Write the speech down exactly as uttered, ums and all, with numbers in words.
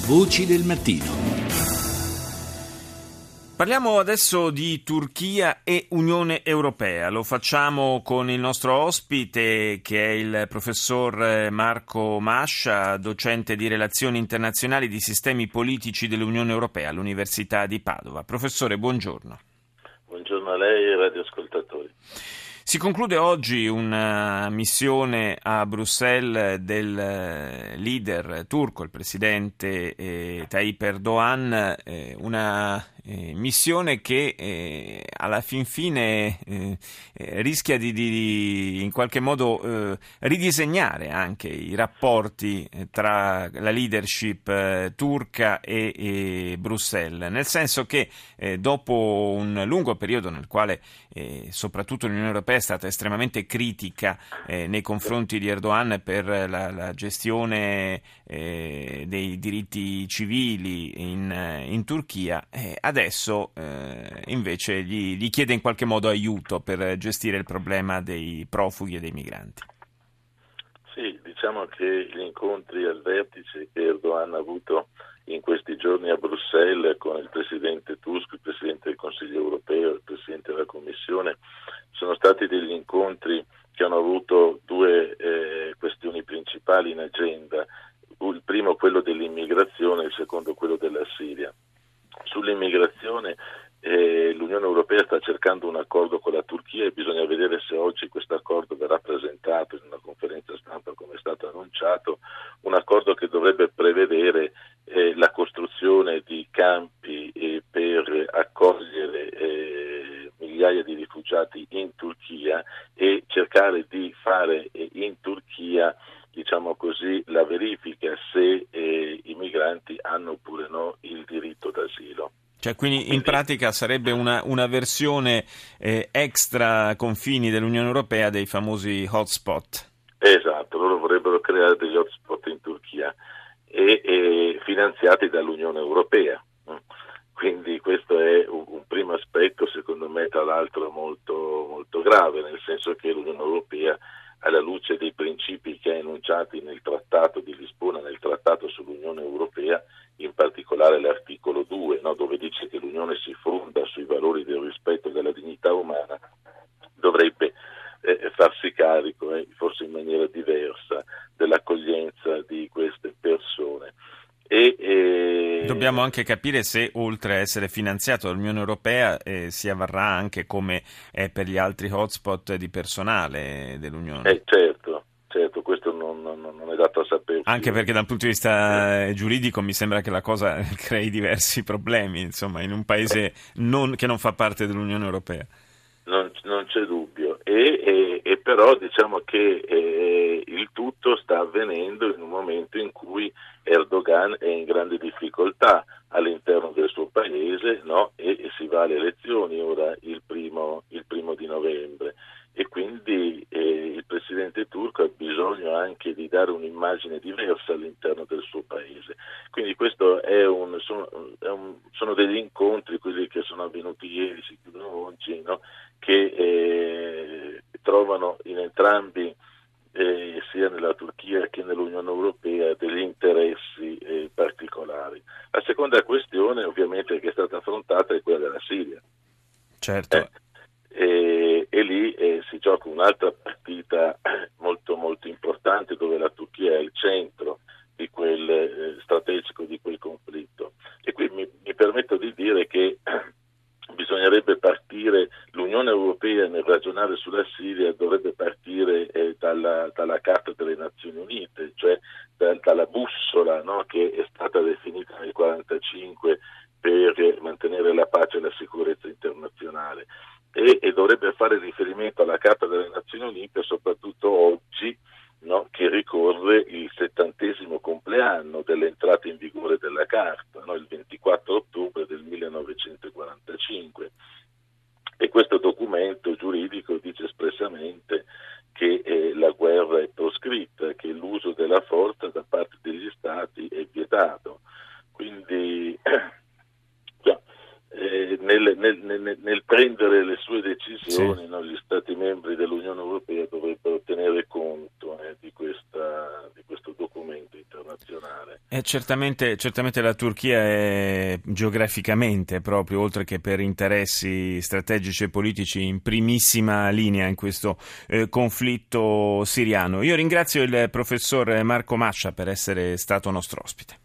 Voci del mattino. Parliamo adesso di Turchia e Unione Europea. Lo facciamo con il nostro ospite, che è il professor Marco Mascia, docente di Relazioni Internazionali di Sistemi Politici dell'Unione Europea all'Università di Padova. Professore, buongiorno. Buongiorno a lei e ai radioascoltatori. Si conclude oggi una missione a Bruxelles del leader turco, il presidente eh, Tayyip Erdogan, eh, una eh, missione che eh, alla fin fine eh, eh, rischia di, di in qualche modo eh, ridisegnare anche i rapporti tra la leadership eh, turca e, e Bruxelles, nel senso che eh, dopo un lungo periodo nel quale eh, soprattutto l'Unione Europea è stata estremamente critica eh, nei confronti di Erdogan per la, la gestione eh, dei diritti civili in, in Turchia, eh, adesso eh, invece gli, gli chiede in qualche modo aiuto per gestire il problema dei profughi e dei migranti. Sì, diciamo che gli incontri al vertice che Erdogan ha avuto in questi giorni a Bruxelles con il presidente Tusk, il presidente del Consiglio europeo, il presidente della Commissione, sono stati degli incontri che hanno avuto due eh, questioni principali in agenda. Il primo quello dell'immigrazione, il secondo quello della Siria. Sull'immigrazione eh, l'Unione Europea sta cercando un accordo con la Turchia e bisogna vedere se oggi questo accordo verrà presentato in una conferenza stampa come è stato annunciato, un accordo che dovrebbe prevedere eh, la costruzione di campi eh, per accogliere eh, migliaia di rifugiati in Turchia e cercare di fare eh, in Turchia, diciamo così, la verifica se eh, i migranti hanno oppure no il diritto d'asilo. Cioè, quindi in pratica sarebbe una, una versione eh, extra confini dell'Unione Europea dei famosi hotspot. Esatto, loro vorrebbero creare degli hotspot in Turchia e, e finanziati dall'Unione Europea. Quindi questo è un, un primo aspetto, secondo me, tra l'altro molto, molto grave, nel senso che l'Unione Europea, alla luce dei principi che ha enunciati nel Trattato di Lisbona, nel Trattato sull'Unione Europea, in particolare l'articolo due, no, dove dice che l'Unione si fonda sui valori del rispetto della dignità umana, dovrebbe eh, farsi carico, eh, forse in maniera diversa, dell'accoglienza di queste persone. E, e... Dobbiamo anche capire se, oltre a essere finanziato dall'Unione Europea, eh, si avvarrà anche come è per gli altri hotspot di personale dell'Unione. Eh, certo, certo, questo non, non, non è dato a sapere. Anche perché dal punto di vista giuridico mi sembra che la cosa crei diversi problemi, insomma, in un paese non, che non fa parte dell'Unione Europea. Non, non c'è dubbio, e, e, e però diciamo che eh, il tutto sta avvenendo in un momento in cui Erdogan è in grande difficoltà all'interno del suo paese, no? e, e si va alle elezioni ora il primo, il primo di novembre, e quindi eh, il presidente turco ha bisogno anche di dare un'immagine diversa all'interno del suo paese. Quindi questo è un, sono, è un, sono degli incontri, quelli che sono avvenuti ieri, si chiudono oggi, no? che eh, trovano in entrambi, eh, sia nella Turchia che nell'Unione Europea, degli interessi eh, particolari. La seconda questione, ovviamente, che è stata affrontata è quella della Siria. Certo. Eh, e, e lì eh, si gioca un'altra partita molto molto importante, dove la Turchia è al centro di quel eh, strategico di quel conflitto. E qui mi, mi permetto di dire che bisognerebbe partire, l'Unione Europea nel ragionare sulla Siria dovrebbe partire eh, dalla, dalla Carta delle Nazioni Unite, cioè da, dalla bussola, no, che è stata definita nel millenovecentoquarantacinque per mantenere la pace e la sicurezza internazionale, e, e dovrebbe fare riferimento alla Carta delle Nazioni Unite soprattutto oggi, no, che ricorre il settantesimo compleanno dell'entrata in vigore della Carta, no, il ventiquattro ottobre del millenovecentoquarantacinque, e questo documento giuridico dice espressamente che eh, la guerra è proscritta, che l'uso della forza da parte degli Stati è vietato. Quindi già, eh, nel, nel, nel, nel prendere le sue decisioni, sì, no, gli Stati membri dell'Unione Europea dovrebbero tenere conto eh, di, questa, di questo documento internazionale. Eh, certamente, certamente la Turchia è geograficamente proprio, oltre che per interessi strategici e politici, in primissima linea in questo eh, conflitto siriano. Io ringrazio il professor Marco Mascia per essere stato nostro ospite.